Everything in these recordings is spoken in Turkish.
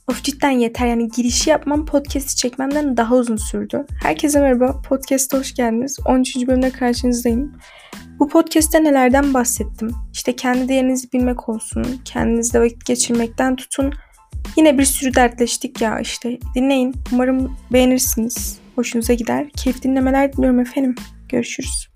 Of cidden yeter yani girişi yapmam podcast'i çekmemden daha uzun sürdü. Herkese merhaba, podcast'a hoş geldiniz. 13. bölümde karşınızdayım. Bu podcast'te nelerden bahsettim? İşte kendi değerinizi bilmek olsun, kendinizle vakit geçirmekten tutun. Yine bir sürü dertleştik ya işte. Dinleyin, umarım beğenirsiniz. Hoşunuza gider. Keyif dinlemeler diliyorum efendim. Görüşürüz.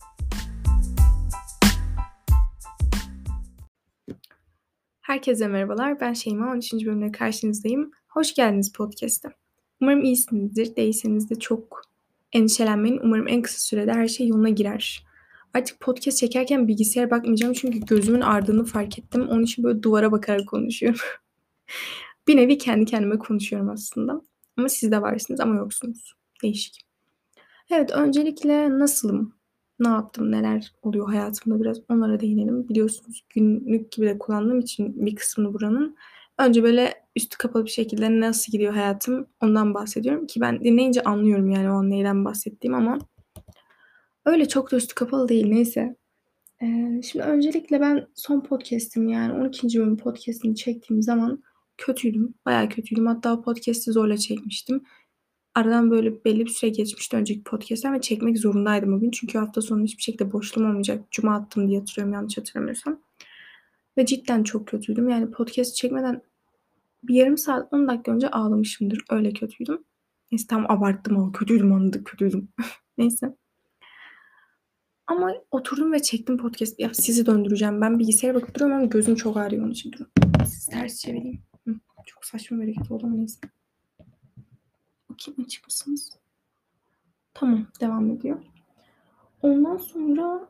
Herkese merhabalar, ben Şeyma, 13. bölümde karşınızdayım. Hoş geldiniz podcast'a. Umarım iyisinizdir, değilseniz de çok endişelenmeyin. Umarım en kısa sürede her şey yoluna girer. Artık podcast çekerken bilgisayara bakmayacağım çünkü gözümün ardını fark ettim. Onun için böyle duvara bakarak konuşuyorum. Bir nevi kendi kendime konuşuyorum aslında. Ama siz de varsınız ama yoksunuz. Değişik. Evet, öncelikle nasılım? Ne yaptım? Neler oluyor hayatımda? Biraz onlara değinelim. Biliyorsunuz günlük gibi de kullandığım için bir kısmını buranın. Önce böyle üstü kapalı bir şekilde nasıl gidiyor hayatım ondan bahsediyorum ki ben dinleyince anlıyorum yani o an neyden bahsettiğim ama öyle çok da üstü kapalı değil neyse. Şimdi öncelikle ben son podcast'im yani 12. bölüm podcast'ini çektiğim zaman kötüydüm. Bayağı kötüydüm. Hatta o podcast'i zorla çekmiştim. Aradan böyle belli bir süre geçmişti önceki podcast'ten ve çekmek zorundaydım o gün. Çünkü hafta sonu hiçbir şekilde boşluğum olmayacak. Cuma attım diye hatırlıyorum yanlış hatırlamıyorsam. Ve cidden çok kötüydüm. Yani podcast çekmeden bir yarım saat 10 dakika önce ağlamışımdır. Öyle kötüydüm. Neyse tam abarttım ama kötüydüm anladık kötüydüm. Neyse. Ama oturdum ve çektim podcast. Ya sizi döndüreceğim. Ben bilgisayara bakıp duruyorum ama gözüm çok ağrıyor onun için. Durun. Sizi ters çevireyim. Çok saçma bir hareket oldu ama neyse. Bakayım açık mısınız? Tamam devam ediyor. Ondan sonra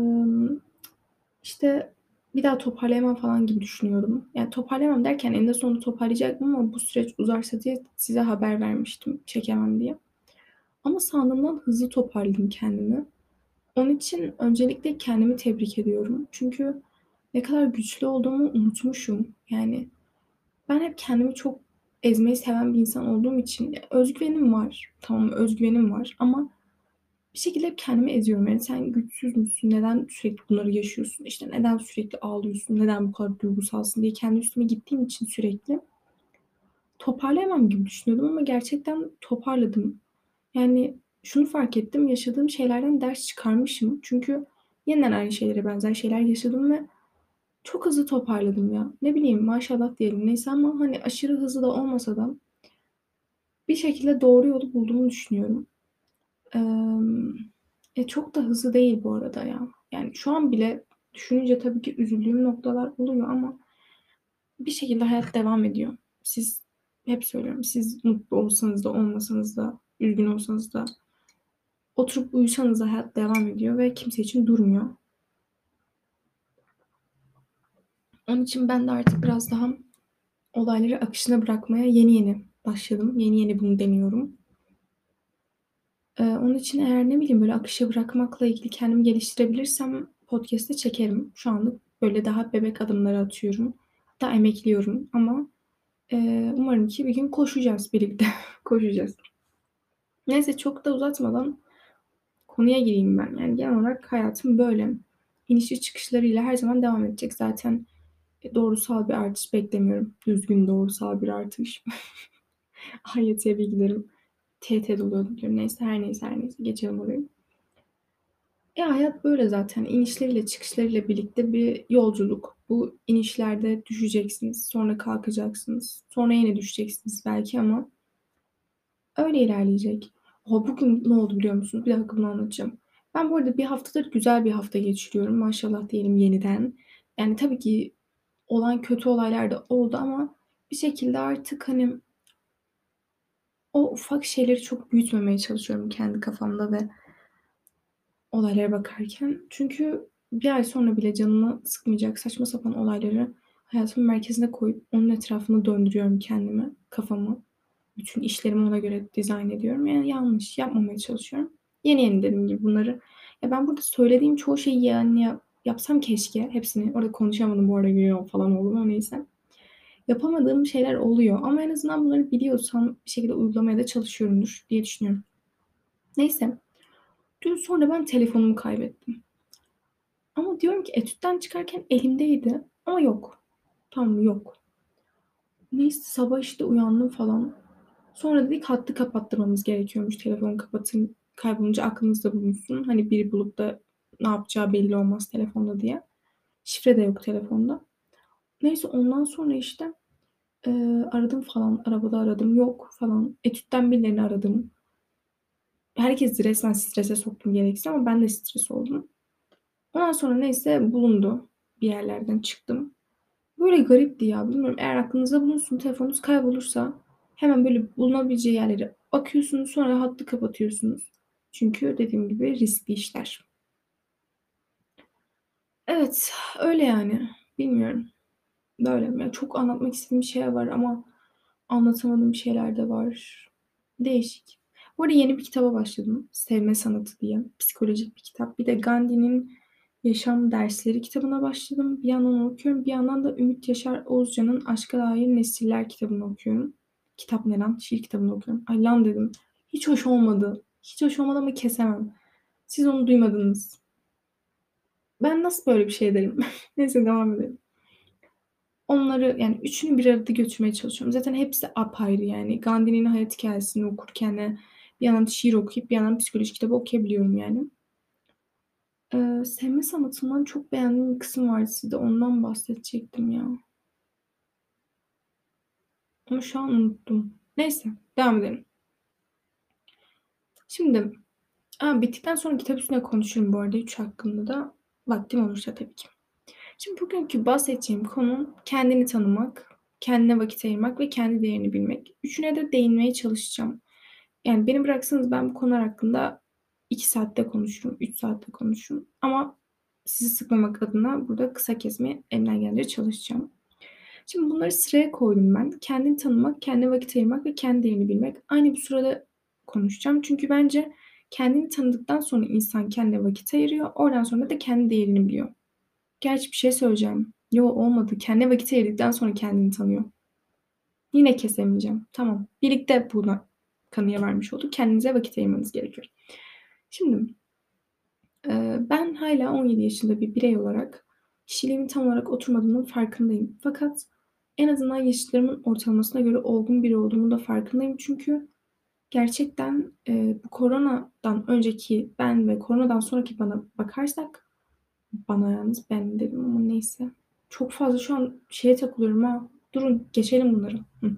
işte bir daha toparlayamam falan gibi düşünüyordum. Yani toparlayamam derken eninde sonunda toparlayacaktım ama bu süreç uzarsa diye size haber vermiştim çekemem diye. Ama sandığımdan hızlı toparladım kendimi. Onun için öncelikle kendimi tebrik ediyorum. Çünkü ne kadar güçlü olduğumu unutmuşum. Yani ben hep kendimi çok ezmeyi seven bir insan olduğum için özgüvenim var. Tamam özgüvenim var ama bir şekilde hep kendimi eziyorum. Yani sen güçsüz müsün? Neden sürekli bunları yaşıyorsun? İşte neden sürekli ağlıyorsun? Neden bu kadar duygusalsın diye kendi üstüme gittiğim için sürekli toparlayamam gibi düşünüyordum ama gerçekten toparladım. Yani şunu fark ettim. Yaşadığım şeylerden ders çıkarmışım. Çünkü yeniden aynı şeylere benzer şeyler yaşadım ve çok hızlı toparladım ya. Ne bileyim maşallah diyelim neyse ama hani aşırı hızlı da olmasa da bir şekilde doğru yolu bulduğumu düşünüyorum. Çok da hızlı değil bu arada ya. Yani şu an bile düşününce tabii ki üzüldüğüm noktalar oluyor ama bir şekilde hayat devam ediyor. Siz hep söylüyorum. Siz mutlu olsanız da olmasanız da üzgün olsanız da oturup uyusanız da hayat devam ediyor ve kimse için durmuyor. Onun için ben de artık biraz daha olayları akışına bırakmaya yeni yeni başladım. Yeni yeni bunu deniyorum. Onun için eğer ne bileyim böyle akışa bırakmakla ilgili kendimi geliştirebilirsem podcast'te çekerim. Şu anlık böyle daha bebek adımları atıyorum. Hatta emekliyorum ama umarım ki bir gün koşacağız birlikte. Koşacağız. Neyse çok da uzatmadan konuya gireyim ben. Yani genel olarak hayatım böyle. İnişli çıkışlarıyla her zaman devam edecek. Zaten doğrusal bir artış beklemiyorum. Düzgün doğrusal bir artış. AYT bilgilerim TT doluyordu. Neyse her neyse geçelim orayı. Hayat böyle zaten. İnişleriyle çıkışlarıyla birlikte bir yolculuk. Bu inişlerde düşeceksiniz, sonra kalkacaksınız, sonra yine düşeceksiniz belki ama öyle ilerleyecek. Bugün ne oldu biliyor musunuz? Bir dakika bunu anlatacağım. Ben bu arada bir haftadır güzel bir hafta geçiriyorum. Maşallah diyelim yeniden. Yani tabii ki olan kötü olaylar da oldu ama bir şekilde artık hani o ufak şeyleri çok büyütmemeye çalışıyorum kendi kafamda ve olaylara bakarken. Çünkü bir ay sonra bile canımı sıkmayacak saçma sapan olayları hayatımın merkezine koyup onun etrafında döndürüyorum kendimi, kafamı. Bütün işlerimi ona göre dizayn ediyorum. Yani yanlış yapmamaya çalışıyorum. Yeni yeni dediğim gibi bunları. Ya ben burada söylediğim çoğu şeyi yani yapsam keşke. Hepsini orada konuşamadım bu arada gülüyor falan oldu ama neyse. Yapamadığım şeyler oluyor. Ama en azından bunları biliyorsam bir şekilde uygulamaya da çalışıyorumdur diye düşünüyorum. Neyse. Dün sonra ben telefonumu kaybettim. Ama diyorum ki etütten çıkarken elimdeydi. Ama yok. Tamam yok. Neyse sabah işte uyandım falan. Sonra dedik hattı kapattırmamız gerekiyormuş. Telefon kapatın kaybolunca aklınızda bulunsun. Hani biri bulup da ne yapacağı belli olmaz telefonda diye. Şifre de yok telefonda. Neyse ondan sonra işte e, aradım falan. Arabada aradım. Yok falan. Etütten birilerini aradım. Herkesi resmen strese soktum gerekirse ama ben de stres oldum. Ondan sonra neyse bulundu. Bir yerlerden çıktım. Böyle garipti ya. Bilmiyorum eğer aklınızda bulunsun telefonunuz kaybolursa hemen böyle bulunabileceği yerlere bakıyorsunuz sonra hattı kapatıyorsunuz. Çünkü dediğim gibi riskli işler. Evet öyle yani. Bilmiyorum. Böyle. Yani çok anlatmak istediğim şey var ama anlatamadığım şeyler de var. Değişik. Bu arada yeni bir kitaba başladım. Sevme Sanatı diye. Psikolojik bir kitap. Bir de Gandhi'nin Yaşam Dersleri kitabına başladım. Bir yandan onu okuyorum. Bir yandan da Ümit Yaşar Oğuzcan'ın Aşka Dair Nesiller kitabını okuyorum. Kitap ne lan? Şiir kitabını okuyorum. Ay lan dedim. Hiç hoş olmadı. Hiç hoş olmadı ama kesemem. Siz onu duymadınız. Ben nasıl böyle bir şey derim? Neyse devam edelim. Onları yani üçünü bir arada götürmeye çalışıyorum. Zaten hepsi apayrı yani. Gandhi'nin hayat hikayesini okurken de bir yandan şiir okuyup bir yandan psikoloji kitabı okuyabiliyorum yani. Sevme sanatından çok beğendiğim bir kısım vardı size de ondan bahsedecektim ya. Ama şu an unuttum. Neyse devam edelim. Şimdi bittikten sonra kitap üstüne konuşurum bu arada. Üç hakkında da vaktim olursa tabii ki. Şimdi bugünkü bahsedeceğim konu kendini tanımak, kendine vakit ayırmak ve kendi değerini bilmek. Üçüne de değinmeye çalışacağım. Yani beni bıraksanız ben bu konular hakkında 2 saatte konuşurum, 3 saatte konuşurum. Ama sizi sıkmamak adına burada kısa kesmeye elimden geldiğince çalışacağım. Şimdi bunları sıraya koydum ben. Kendini tanımak, kendine vakit ayırmak ve kendi değerini bilmek. Aynı bu sırada konuşacağım. Çünkü bence kendini tanıdıktan sonra insan kendine vakit ayırıyor. Oradan sonra da kendi değerini biliyor. Gerçi bir şey söyleyeceğim. Yo olmadı. Kendine vakit ayırdıktan sonra kendini tanıyor. Yine kesemeyeceğim. Tamam. Birlikte buna kanıya vermiş olduk. Kendinize vakit ayırmanız gerekiyor. Şimdi ben hala 17 yaşında bir birey olarak kişiliğimin tam olarak oturmadığının farkındayım. Fakat en azından yaşıtlarımın ortalamasına göre olgun biri olduğumun da farkındayım. Çünkü gerçekten bu koronadan önceki ben ve koronadan sonraki bana bakarsak bana yalnız ben dedim ama neyse. Çok fazla şu an şeye takılıyorum ha. Durun geçelim bunları. Hı.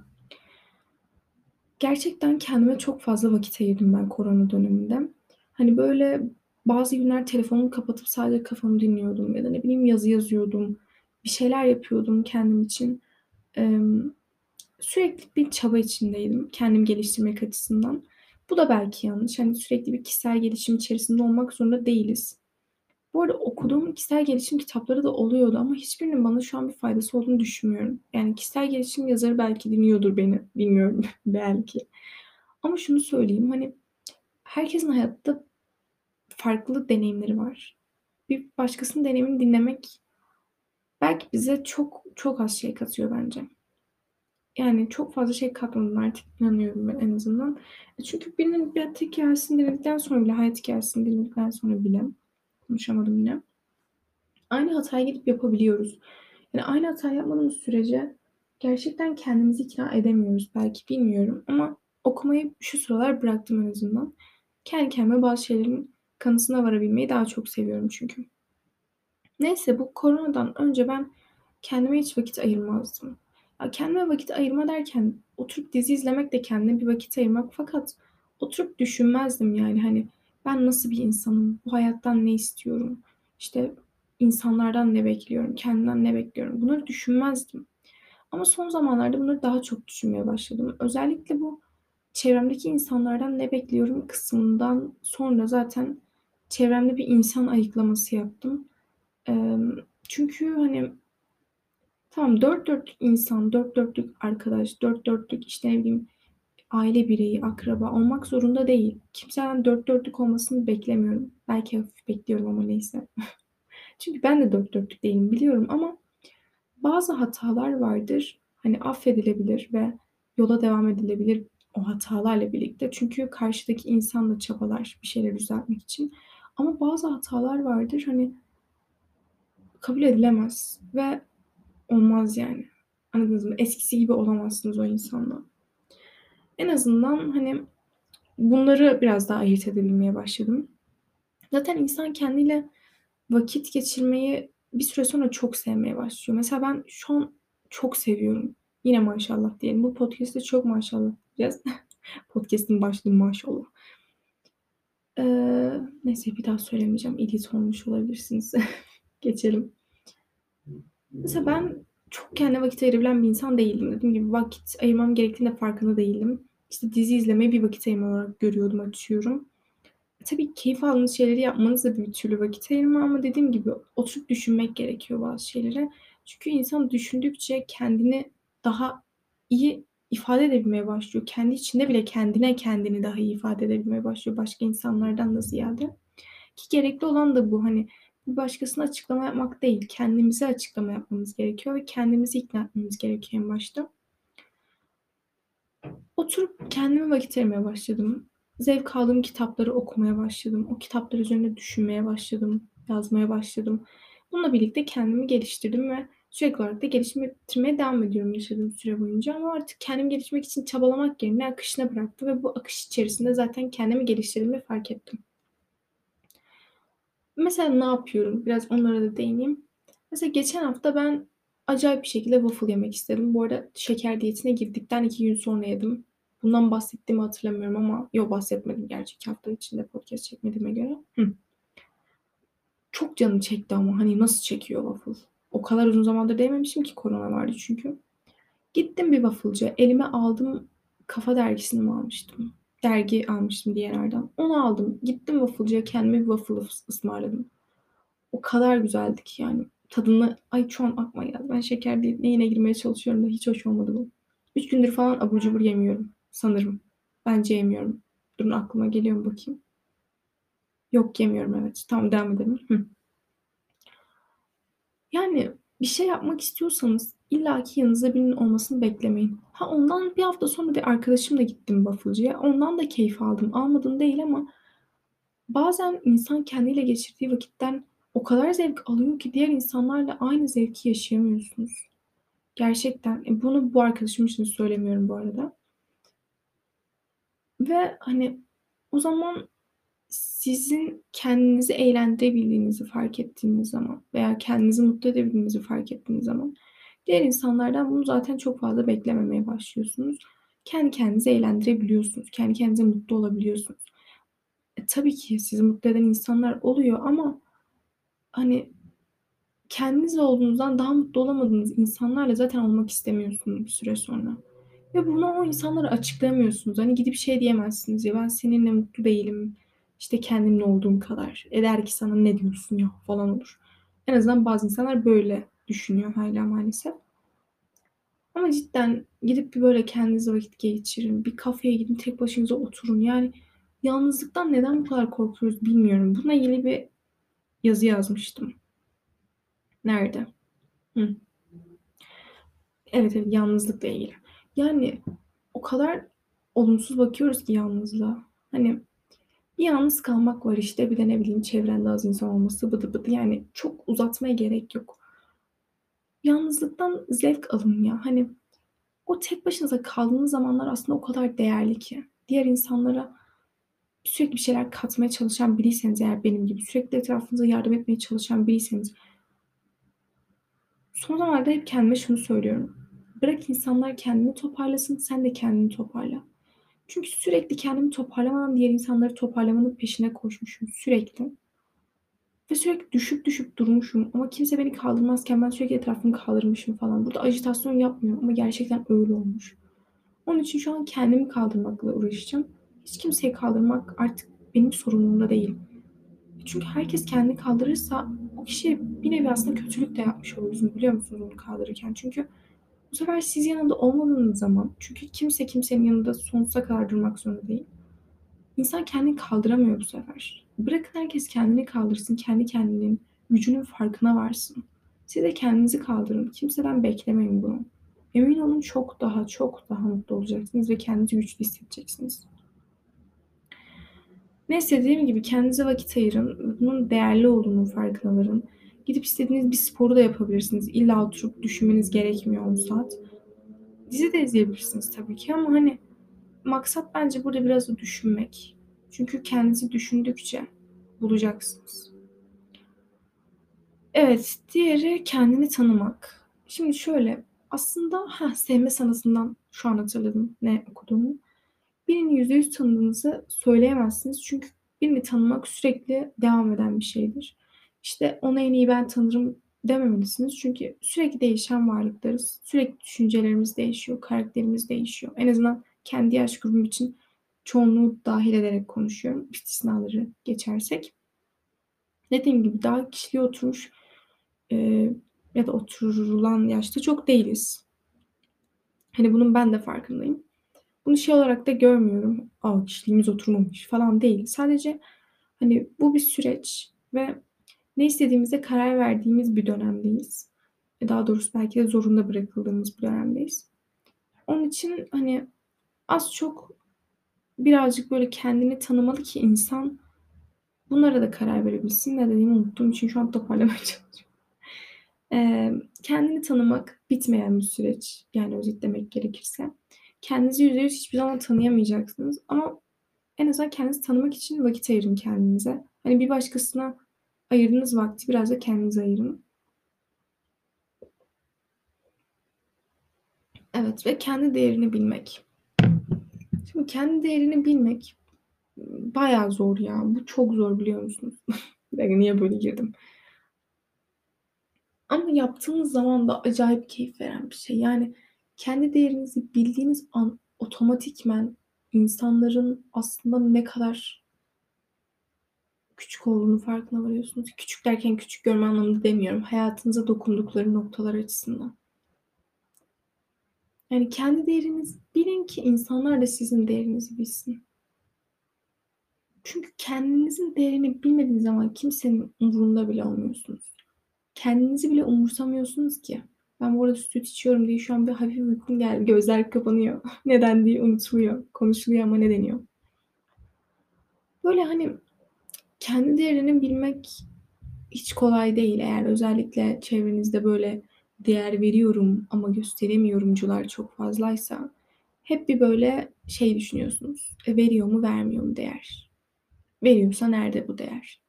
Gerçekten kendime çok fazla vakit ayırdım ben korona döneminde. Hani böyle bazı günler telefonumu kapatıp sadece kafamı dinliyordum ya da ne bileyim yazı yazıyordum. Bir şeyler yapıyordum kendim için. Eee, Sürekli bir çaba içindeydim kendimi geliştirmek açısından. Bu da belki yanlış. Hani sürekli bir kişisel gelişim içerisinde olmak zorunda değiliz. Bu arada okuduğum kişisel gelişim kitapları da oluyordu ama hiçbirinin bana şu an bir faydası olduğunu düşünmüyorum. Yani kişisel gelişim yazarı belki dinliyordur beni. Bilmiyorum belki. Ama şunu söyleyeyim hani herkesin hayatta farklı deneyimleri var. Bir başkasının deneyimini dinlemek belki bize çok çok az şey katıyor bence. Yani çok fazla şey katmadığına artık inanıyorum ben en azından. Çünkü birinin bir hayat hikayesini dinledikten sonra bile, hayat hikayesini dinledikten sonra bile, konuşamadım yine. Aynı hataya gidip yapabiliyoruz. Yani aynı hatayı yapmadığımız sürece gerçekten kendimizi ikna edemiyoruz belki bilmiyorum ama okumayı şu sıralar bıraktım en azından. Kendi kendime bazı şeylerin kanısına varabilmeyi daha çok seviyorum çünkü. Neyse bu koronadan önce ben kendime hiç vakit ayırmazdım. Ya kendime vakit ayırma derken oturup dizi izlemek de kendine bir vakit ayırmak fakat oturup düşünmezdim yani hani ben nasıl bir insanım, bu hayattan ne istiyorum, işte insanlardan ne bekliyorum, kendimden ne bekliyorum bunları düşünmezdim. Ama son zamanlarda bunları daha çok düşünmeye başladım. Özellikle bu çevremdeki insanlardan ne bekliyorum kısmından sonra zaten çevremde bir insan ayıklaması yaptım. Çünkü hani tamam dört dörtlük insan, dört dörtlük arkadaş, dört dörtlük işte ne bileyim aile bireyi, akraba olmak zorunda değil. Kimseden dört dörtlük olmasını beklemiyorum. Belki hafif bekliyorum ama neyse. Çünkü ben de dört dörtlük değilim biliyorum ama bazı hatalar vardır. Hani affedilebilir ve yola devam edilebilir o hatalarla birlikte. Çünkü karşıdaki insan da çabalar bir şeyler düzeltmek için. Ama bazı hatalar vardır hani kabul edilemez ve olmaz yani. Anladınız mı? Eskisi gibi olamazsınız o insanla. En azından hani bunları biraz daha ayırt edebilmeye başladım. Zaten insan kendiyle vakit geçirmeyi bir süre sonra çok sevmeye başlıyor. Mesela ben şu an çok seviyorum. Yine maşallah diyelim. Bu podcast'te çok maşallah diyeceğiz. Podcast'in başlığı maşallah. Neyse bir daha söylemeyeceğim. Edit olmuş olabilirsiniz. Geçelim. Mesela ben çok kendine vakit ayırabilen bir insan değildim. Dediğim gibi vakit ayırmam gerektiğinde farkında değildim. İşte dizi izlemeyi bir vakit ayırma olarak görüyordum, açıyorum. Tabii keyif aldığınız şeyleri yapmanız da bir türlü vakit ayırma ama dediğim gibi oturup düşünmek gerekiyor bazı şeylere. Çünkü insan düşündükçe kendini daha iyi ifade edebilmeye başlıyor. Kendi içinde bile kendini daha iyi ifade edebilmeye başlıyor başka insanlardan da ziyade. Ki gerekli olan da bu. Hani bir başkasına açıklama yapmak değil, kendimize açıklama yapmamız gerekiyor ve kendimizi ikna etmemiz gerekiyor en başta. Oturup kendime vakit ayırmaya başladım. Zevk aldığım kitapları okumaya başladım. O kitaplar üzerine düşünmeye başladım. Yazmaya başladım. Bununla birlikte kendimi geliştirdim ve sürekli olarak da geliştirmeye devam ediyorum yaşadığım süre boyunca. Ama artık kendimi geliştirmek için çabalamak yerine akışına bıraktım ve bu akış içerisinde zaten kendimi geliştirdiğimi fark ettim. Mesela ne yapıyorum? Biraz onlara da değineyim. Mesela geçen hafta ben acayip bir şekilde waffle yemek istedim. Bu arada şeker diyetine girdikten 2 gün sonra yedim. Bundan bahsettiğimi hatırlamıyorum ama yok, bahsetmedim gerçi 2 hafta içinde podcast çekmediğime göre. Çok canım çekti ama hani nasıl çekiyor waffle? O kadar uzun zamandır değmemişim ki, korona vardı çünkü. Gittim bir wafflecıya. Elime aldım, Kafa Dergisi'ni mi almıştım? Dergi almıştım diğer yerden. Onu aldım. Gittim wafflecıya, kendime bir waffle ısmarladım. O kadar güzeldi ki yani. Tadını, ay şu an aklıma geldi. Ben şeker diyetine yine girmeye çalışıyorum da hiç hoş olmadı bu. 3 gündür falan abur cubur yemiyorum sanırım. Bence yemiyorum. Durun, aklıma geliyor mu bakayım. Yok, yemiyorum, evet. Tamam, devam edelim. Yani bir şey yapmak istiyorsanız illaki yanınızda birinin olmasını beklemeyin. Ha, ondan bir hafta sonra bir arkadaşımla gittim wafflecıya. Ondan da keyif aldım. Almadım değil ama bazen insan kendiyle geçirdiği vakitten o kadar zevk alıyor ki diğer insanlarla aynı zevki yaşayamıyorsunuz. Gerçekten. Bunu bu arkadaşım için söylemiyorum bu arada. Ve hani o zaman sizin kendinizi eğlendirebildiğinizi fark ettiğiniz zaman veya kendinizi mutlu edebildiğinizi fark ettiğiniz zaman diğer insanlardan bunu zaten çok fazla beklememeye başlıyorsunuz. Kendi kendinizi eğlendirebiliyorsunuz. Kendi kendinize mutlu olabiliyorsunuz. Tabii ki sizi mutlu eden insanlar oluyor ama hani kendiniz olduğunuzdan daha mutlu olamadığınız insanlarla zaten olmak istemiyorsunuz bir süre sonra. Ve bunu o insanlara açıklayamıyorsunuz. Hani gidip şey diyemezsiniz ya, ben seninle mutlu değilim. İşte kendimle olduğum kadar. Eder ki sana ne diyorsun ya falan olur. En azından bazı insanlar böyle düşünüyor hala maalesef. Ama cidden gidip bir böyle kendinize vakit geçirin. Bir kafeye gidin, tek başınıza oturun. Yani yalnızlıktan neden bu kadar korkuyoruz bilmiyorum. Bununla ilgili bir yazı yazmıştım. Nerede? Hı. Evet, evet, yalnızlıkla ilgili. Yani o kadar olumsuz bakıyoruz ki yalnızlığa. Hani bir yalnız kalmak var işte, bir de ne bileyim çevrende az insan olması, bıdı bıdı, yani çok uzatmaya gerek yok. Yalnızlıktan zevk alın ya. Hani o tek başınıza kaldığınız zamanlar aslında o kadar değerli ki. Diğer insanlara sürekli bir şeyler katmaya çalışan biriyseniz, eğer benim gibi sürekli etrafınıza yardım etmeye çalışan biriyseniz, son zamanlarda hep kendime şunu söylüyorum. Bırak insanlar kendini toparlasın, sen de kendini toparla. Çünkü sürekli kendimi toparlamadan diğer insanları toparlamanın peşine koşmuşum sürekli. Ve sürekli düşüp düşüp durmuşum. Ama kimse beni kaldırmazken ben sürekli etrafımı kaldırmışım falan. Burada ajitasyon yapmıyorum ama gerçekten öyle olmuş. Onun için şu an kendimi kaldırmakla uğraşacağım. Hiç kimseyi kaldırmak artık benim sorumluluğumda değil. Çünkü herkes kendini kaldırırsa o kişiye bir nevi aslında kötülük de yapmış oluyorsunuz, biliyor musunuz, onu kaldırırken. Çünkü bu sefer siz yanında olmadığınız zaman, çünkü kimse kimsenin yanında sonsuza kadar durmak zorunda değil. İnsan kendini kaldıramıyor bu sefer. Bırakın herkes kendini kaldırsın, kendi kendinin gücünün farkına varsın. Siz de kendinizi kaldırın. Kimseden beklemeyin bunu. Emin olun, çok daha çok daha mutlu olacaksınız ve kendinizi güçlü hissedeceksiniz. Neyse, dediğim gibi kendinize vakit ayırın. Bunun değerli olduğunu farkına varın. Gidip istediğiniz bir sporu da yapabilirsiniz. İlla oturup düşünmeniz gerekmiyor 10 saat. Dizi de izleyebilirsiniz tabii ki ama hani maksat bence burada biraz da düşünmek. Çünkü kendinizi düşündükçe bulacaksınız. Evet, diğeri kendini tanımak. Şimdi şöyle, aslında sevme sanatından şu an hatırladım ne okuduğumu. Birini %100 tanıdığınızı söyleyemezsiniz. Çünkü birini tanımak sürekli devam eden bir şeydir. İşte onu en iyi ben tanırım dememelisiniz. Çünkü sürekli değişen varlıklarız. Sürekli düşüncelerimiz değişiyor, karakterimiz değişiyor. En azından kendi yaş grubum için çoğunluğu dahil ederek konuşuyorum. İstisnaları geçersek. Dediğim gibi daha kişiliğe oturmuş e, ya da oturulan yaşta çok değiliz. Hani bunun ben de farkındayım. Bunu şey olarak da görmüyorum. Aa, kişiliğimiz oturmamış falan değil. Sadece hani bu bir süreç ve ne istediğimize karar verdiğimiz bir dönemdeyiz. Daha doğrusu belki de zorunda bırakıldığımız bir dönemdeyiz. Onun için hani az çok birazcık böyle kendini tanımalı ki insan bunlara da karar verebilsin. Ne dediğimi unuttuğum için şu an toparlamaya çalışıyorum. Kendini tanımak bitmeyen bir süreç. Yani özetlemek gerekirse. Kendinizi %100 hiçbir zaman tanıyamayacaksınız. Ama en azından kendinizi tanımak için vakit ayırın kendinize. Hani bir başkasına ayırdığınız vakti biraz da kendinize ayırın. Evet ve kendi değerini bilmek. Şimdi kendi değerini bilmek bayağı zor ya. Bu çok zor biliyor musunuz? Ben niye böyle girdim? Ama yaptığınız zaman da acayip keyif veren bir şey. Yani kendi değerinizi bildiğiniz an otomatikmen insanların aslında ne kadar küçük olduğunu farkına varıyorsunuz. Küçük derken küçük görme anlamında demiyorum. Hayatınıza dokundukları noktalar açısından. Yani kendi değerinizi bilin ki insanlar da sizin değerinizi bilsin. Çünkü kendinizin değerini bilmediğiniz zaman kimsenin umurunda bile olmuyorsunuz. Kendinizi bile umursamıyorsunuz ki. Ben bu arada süt içiyorum diye şu an bir hafif uykum geldi. Gözler kapanıyor. Neden diye unutuluyor. Konuşuluyor ama ne deniyor? Böyle hani kendi değerini bilmek hiç kolay değil. Eğer özellikle çevrenizde böyle değer veriyorum ama gösteremiyorumcular çok fazlaysa hep bir böyle şey düşünüyorsunuz. Veriyor mu vermiyor mu değer? Veriyorsa nerede bu değer?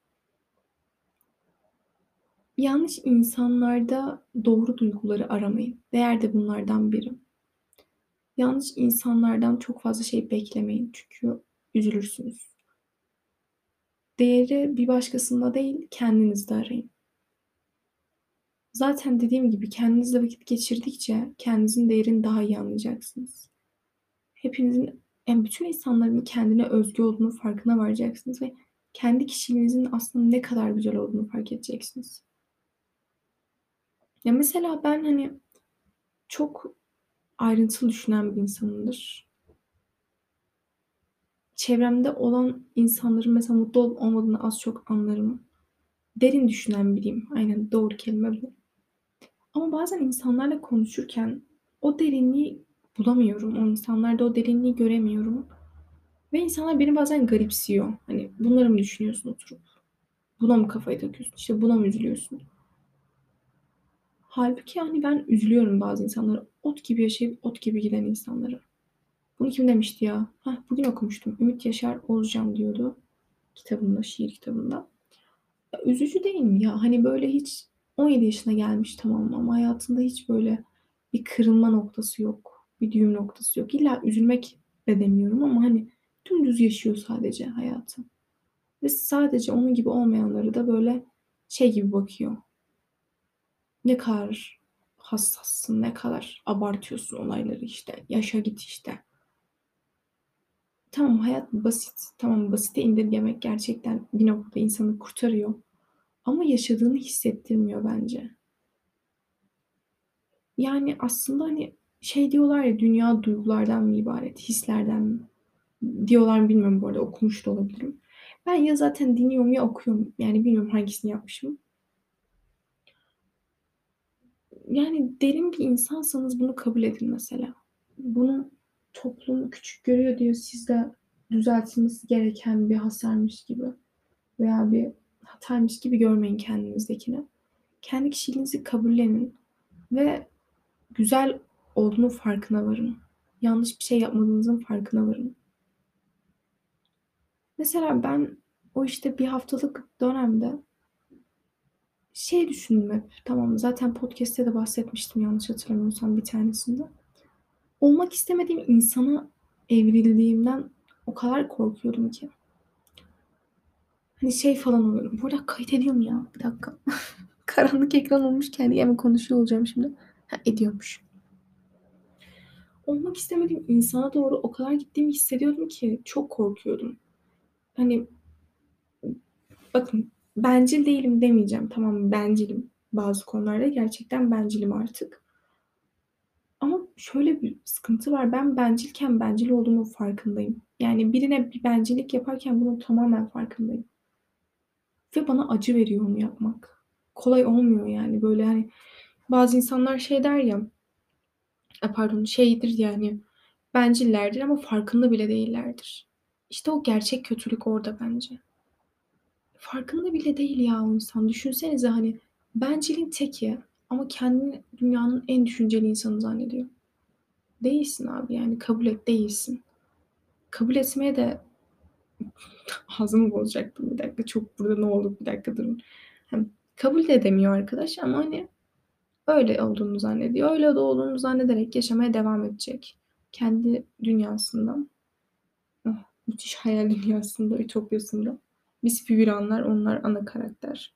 Yanlış insanlarda doğru duyguları aramayın. Değer de bunlardan biri. Yanlış insanlardan çok fazla şey beklemeyin çünkü üzülürsünüz. Değeri bir başkasında değil, kendinizde arayın. Zaten dediğim gibi kendinizle vakit geçirdikçe kendinizin değerini daha iyi anlayacaksınız. Hepinizin, yani bütün insanların kendine özgü olduğunu farkına varacaksınız ve kendi kişiliğinizin aslında ne kadar güzel olduğunu fark edeceksiniz. Ya mesela ben hani çok ayrıntılı düşünen bir insanımdır. Çevremde olan insanların mesela mutlu olup olmadığını az çok anlarım. Derin düşünen biriyim. Aynen doğru kelime bu. Ama bazen insanlarla konuşurken o derinliği bulamıyorum. O insanlarda o derinliği göremiyorum. Ve insanlar beni bazen garipsiyor. Hani bunları mı düşünüyorsun oturup? Buna mı kafayı takıyorsun? İşte buna mı üzülüyorsun? Halbuki hani ben üzülüyorum bazı insanlara. Ot gibi yaşayıp ot gibi giden insanlara. Bunu kim demişti ya? Bugün okumuştum. Ümit Yaşar Ozcan diyordu kitabında, şiir kitabında. Ya, üzücü değil mi ya? Hani böyle hiç 17 yaşına gelmiş tamam ama hayatında hiç böyle bir kırılma noktası yok. Bir düğüm noktası yok. İlla üzülmek de demiyorum ama hani dümdüz yaşıyor sadece hayatı. Ve sadece onun gibi olmayanları da böyle şey gibi bakıyor. Ne kadar hassassın, ne kadar abartıyorsun olayları işte. Yaşa git işte. Tamam hayat basit. Tamam basite indirgemek gerçekten bir noktada insanı kurtarıyor. Ama yaşadığını hissettirmiyor bence. Yani aslında hani şey diyorlar ya dünya duygulardan mı ibaret, hislerden mi? Diyorlar mı bilmiyorum bu arada okumuş da olabilirim. Ben ya zaten dinliyorum ya okuyorum. Yani bilmiyorum hangisini yapmışım. Yani derin bir insansanız bunu kabul edin mesela. Bunu toplum küçük görüyor diyor siz de düzeltilmesi gereken bir hasarmış gibi veya bir hataymış gibi görmeyin kendinizdekini. Kendi kişiliğinizi kabullenin ve güzel olduğunun farkına varın. Yanlış bir şey yapmadığınızın farkına varın. Mesela ben o işte bir haftalık dönemde şey düşündüm hep. Tamam, zaten podcast'te de bahsetmiştim yanlış hatırlamıyorsam bir tanesinde. Olmak istemediğim insana evrildiğimden o kadar korkuyordum ki. Hani şey falan oluyorum. Burada kayıt ediyorum ya. Bir dakika. Karanlık ekran olmuş, kendi kendime konuşuyor olacağım şimdi. Ha, ediyormuş. Olmak istemediğim insana doğru o kadar gittiğimi hissediyordum ki çok korkuyordum. Hani bakın, bencil değilim demeyeceğim. Tamam, bencilim. Bazı konularda gerçekten bencilim artık. Ama şöyle bir sıkıntı var. Ben bencilken bencil olduğumun farkındayım. Yani birine bir bencillik yaparken bunun tamamen farkındayım. Ve bana acı veriyor onu yapmak. Kolay olmuyor yani. Böyle hani bazı insanlar şey der ya, pardon, şeydir yani, bencillerdir ama farkında bile değillerdir. İşte o gerçek kötülük orada bence. Farkında bile değil ya o insan. Düşünsenize, hani bencilin teki ama kendini dünyanın en düşünceli insanı zannediyor. Değilsin abi, yani kabul et, değilsin. Kabul etmeye de ağzımı bozacaktım bir dakika. Çok burada ne oldu, bir dakika durun. Hem kabul de edemiyor arkadaş ama hani öyle olduğunu zannediyor. Öyle de olduğunu zannederek yaşamaya devam edecek. Kendi dünyasından. Ah, müthiş hayal dünyasında, ütopyasında. Biz figüranlar, onlar ana karakter.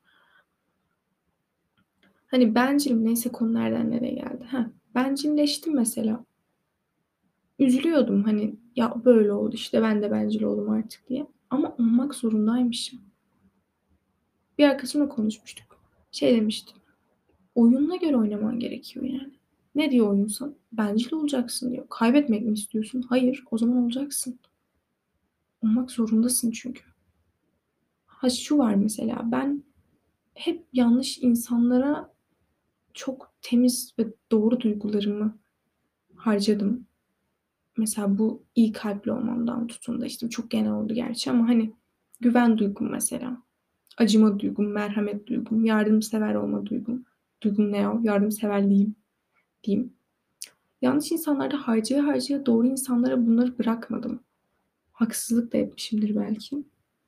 Hani bencilim, neyse, konu nereden nereye geldi. Ha, bencilleştim mesela. Üzülüyordum hani, ya böyle oldu işte, ben de bencil oldum artık diye. Ama olmak zorundaymışım. Bir arkadaşımla konuşmuştuk. Şey demişti. Oyununa göre oynaman gerekiyor yani. Ne diyor oyunsan? Bencil olacaksın diyor. Kaybetmek mi istiyorsun? Hayır. O zaman olacaksın. Olmak zorundasın çünkü. Ha, şu var mesela. Ben hep yanlış insanlara çok temiz ve doğru duygularımı harcadım. Mesela bu iyi kalpli olmamdan tutun da, işte çok genel oldu gerçi ama hani güven duygum mesela. Acıma duygum, merhamet duygum, yardımsever olma duygum. Duygum ne o? Yardımseverliğim diyeyim. Yanlış insanlarda harcaya harcaya doğru insanlara bunları bırakmadım. Haksızlık da etmişimdir belki.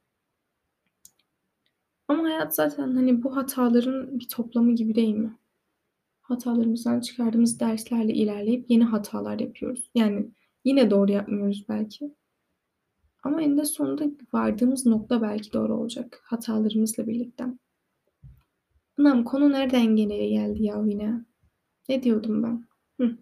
Ama hayat zaten hani bu hataların bir toplamı gibi değil mi? Hatalarımızdan çıkardığımız derslerle ilerleyip yeni hatalar yapıyoruz. Yani yine doğru yapmıyoruz belki. Ama eninde sonunda vardığımız nokta belki doğru olacak. Hatalarımızla birlikte. Anam, konu nereden gene geldi ya yine? Ne diyordum ben? Hı.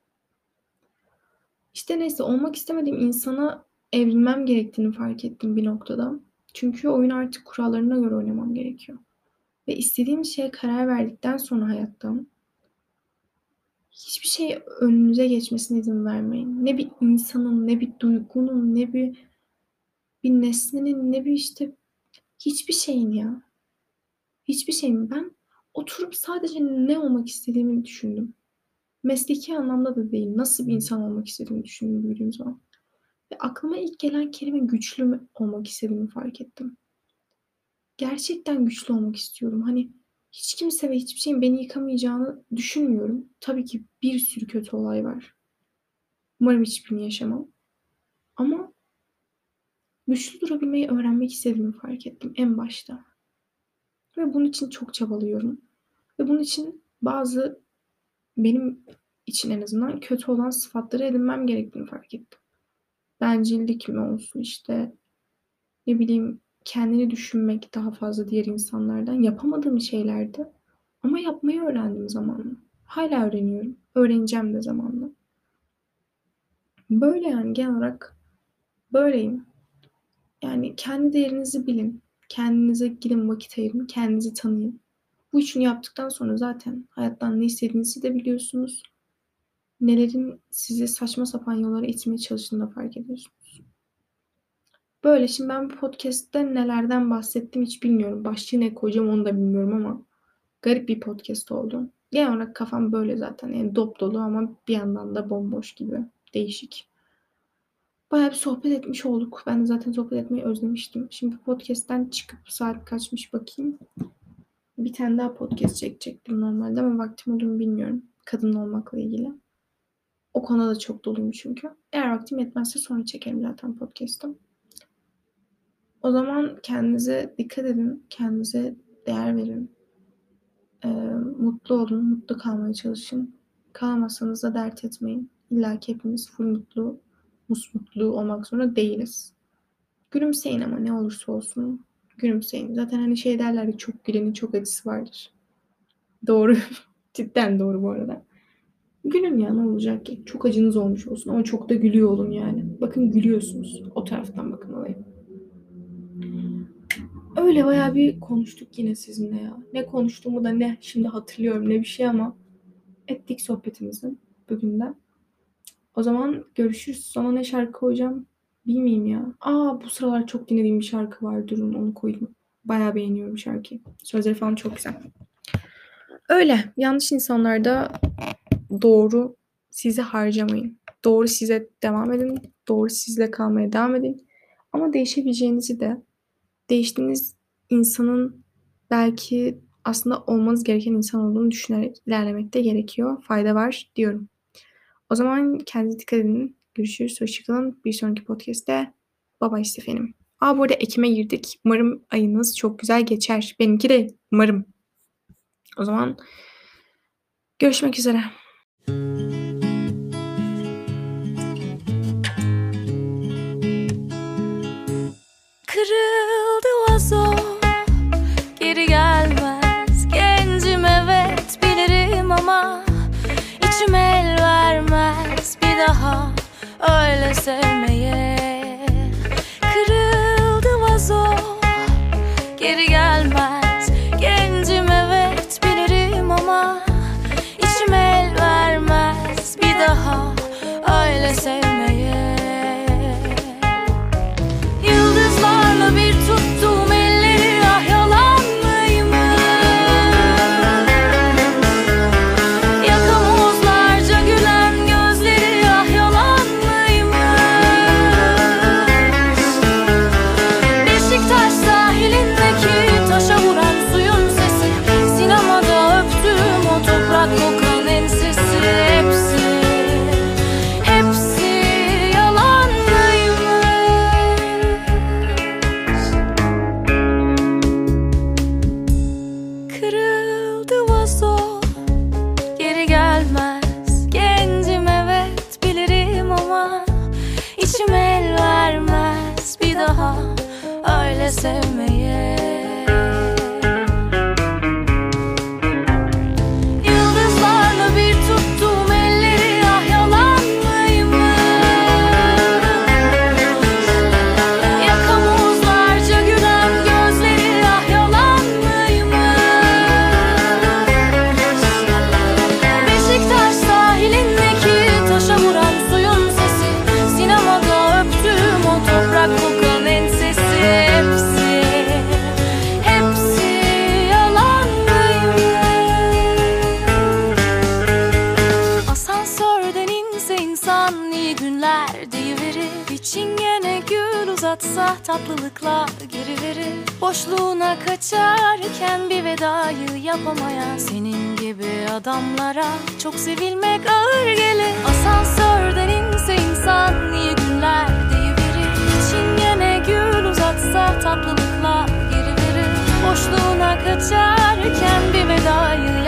İşte neyse, olmak istemediğim insana evrilmem gerektiğini fark ettim bir noktada. Çünkü oyunu artık kurallarına göre oynamam gerekiyor. Ve istediğim şeye karar verdikten sonra hayattan hiçbir şey önünüze geçmesine izin vermeyin. Ne bir insanın, ne bir duygunun, ne bir nesnenin, ne bir işte hiçbir şeyin ya. Hiçbir şeyin. Ben oturup sadece ne olmak istediğimi düşündüm. Mesleki anlamda da değil. Nasıl bir insan olmak istediğimi düşündüm büyüdüğüm zaman. Ve aklıma ilk gelen kelime güçlü mü olmak istediğimi fark ettim. Gerçekten güçlü olmak istiyorum. Hani hiç kimse ve hiçbir şeyin beni yıkamayacağını düşünmüyorum. Tabii ki bir sürü kötü olay var. Umarım hiçbirini yaşamam. Ama güçlü durabilmeyi öğrenmek istediğimi fark ettim en başta. Ve bunun için çok çabalıyorum. Ve bunun için bazı, benim için en azından kötü olan sıfatları edinmem gerektiğini fark ettim. Bencillik mi olsun, işte ne bileyim, kendini düşünmek daha fazla diğer insanlardan, yapamadığım şeylerdi. Ama yapmayı öğrendim zamanla. Hala öğreniyorum. Öğreneceğim de zamanla. Böyle yani, genel olarak böyleyim. Yani kendi değerinizi bilin. Kendinize gidin, vakit ayırın. Kendinizi tanıyın. Bu üçünü yaptıktan sonra zaten hayattan ne istediğinizi de biliyorsunuz. Nelerin sizi saçma sapan yollara itmeye çalıştığını da fark ediyorsunuz. Böyle, şimdi ben bu podcast'te nelerden bahsettim hiç bilmiyorum. Başlığı ne koyacağım onu da bilmiyorum ama garip bir podcast oldu. Genel olarak kafam böyle zaten. Yani dop dolu ama bir yandan da bomboş gibi. Değişik. Bayağı bir sohbet etmiş olduk. Ben de zaten sohbet etmeyi özlemiştim. Şimdi podcast'ten çıkıp saat kaçmış bakayım. Bir tane daha podcast çekecektim normalde ama vaktim olur mu bilmiyorum. Kadın olmakla ilgili. O konuda da çok doluyum çünkü. Eğer vaktim yetmezse sonra çekerim zaten podcast'ı. O zaman kendinize dikkat edin. Kendinize değer verin. Mutlu olun. Mutlu kalmaya çalışın. Kalamazsanız da dert etmeyin. İlla ki hepimiz full mutlu, musmutlu olmak zorunda değiliz. Gülümseyin ama ne olursa olsun. Gülümseyin. Zaten hani şey derler ki çok gülenin çok acısı vardır. Doğru. Cidden doğru bu arada. Gülün ya, ne olacak ki? Çok acınız olmuş olsun ama çok da gülüyor olun yani. Bakın gülüyorsunuz. O taraftan bakın olayı. Öyle bayağı bir konuştuk yine sizinle ya. Ne konuştuğumu da ne şimdi hatırlıyorum ne bir şey ama ettik sohbetimizi bugün de. O zaman görüşürüz. Sonra ne şarkı koyacağım bilmeyeyim ya. Bu sıralar çok dinlediğim bir şarkı var. Durun onu koyayım. Bayağı beğeniyorum şarkıyı. Sözleri falan çok güzel. Öyle. Yanlış insanlarda doğru sizi harcamayın. Doğru size devam edin. Doğru sizle kalmaya devam edin. Ama değişebileceğinizi de değiştiğiniz insanın belki aslında olmanız gereken insan olduğunu düşünerek ilerlemekte gerekiyor. Fayda var diyorum. O zaman kendinize dikkat edin. Görüşürüz. Hoşçakalın. Bir sonraki podcast'te bye bye Stefen'im. Bu arada Ekim'e girdik. Umarım ayınız çok güzel geçer. Benimki de umarım. O zaman görüşmek üzere. Kırıldı vazo, geri gelmez. Gencim evet bilirim ama içim el vermez bir daha öyle sevmeye. Kırıldı vazo, geri gelmez. Gencim evet bilirim ama içim el vermez bir daha öyle sevmeye. Yıldızlarla bir tuttuğum elleri ah yalan mıymış? Yakamozlarca gülen gözleri ah yalan mıymış? Beşiktaş sahilindeki taşa vuran suyun sesi, sinemada öptüğüm o toprak kokan ensesi, hepsi yalan mıymış? Kırıldı vazo, geri gelmez. Gencim evet bilirim ama içim el vermez bir daha öyle sevmeye. Yıldızlarla bir tuttuğum elleri ah yalan mıymış? Yakamozlarca gülen gözleri ah yalan mıymış? Beşiktaş sahilindeki taşa vuran suyun sesi, sinemada öptüğüm o toprak kokan ensesi, hepsi yalan mıymış? Asansörden inse insan iyi günler deyiverir. Bir çingene gül uzatsa tatlılıkla geri verir. Boşluğuna kaçarken bir vedayı yapamayan senin gibi adamlara çok sevilmek ağır gelir. Asansörden inse insan iyi günler deyiverir. Bir çingene gül uzatsa tatlılıkla geri verir. Boşluğuna kaçarken bir vedayı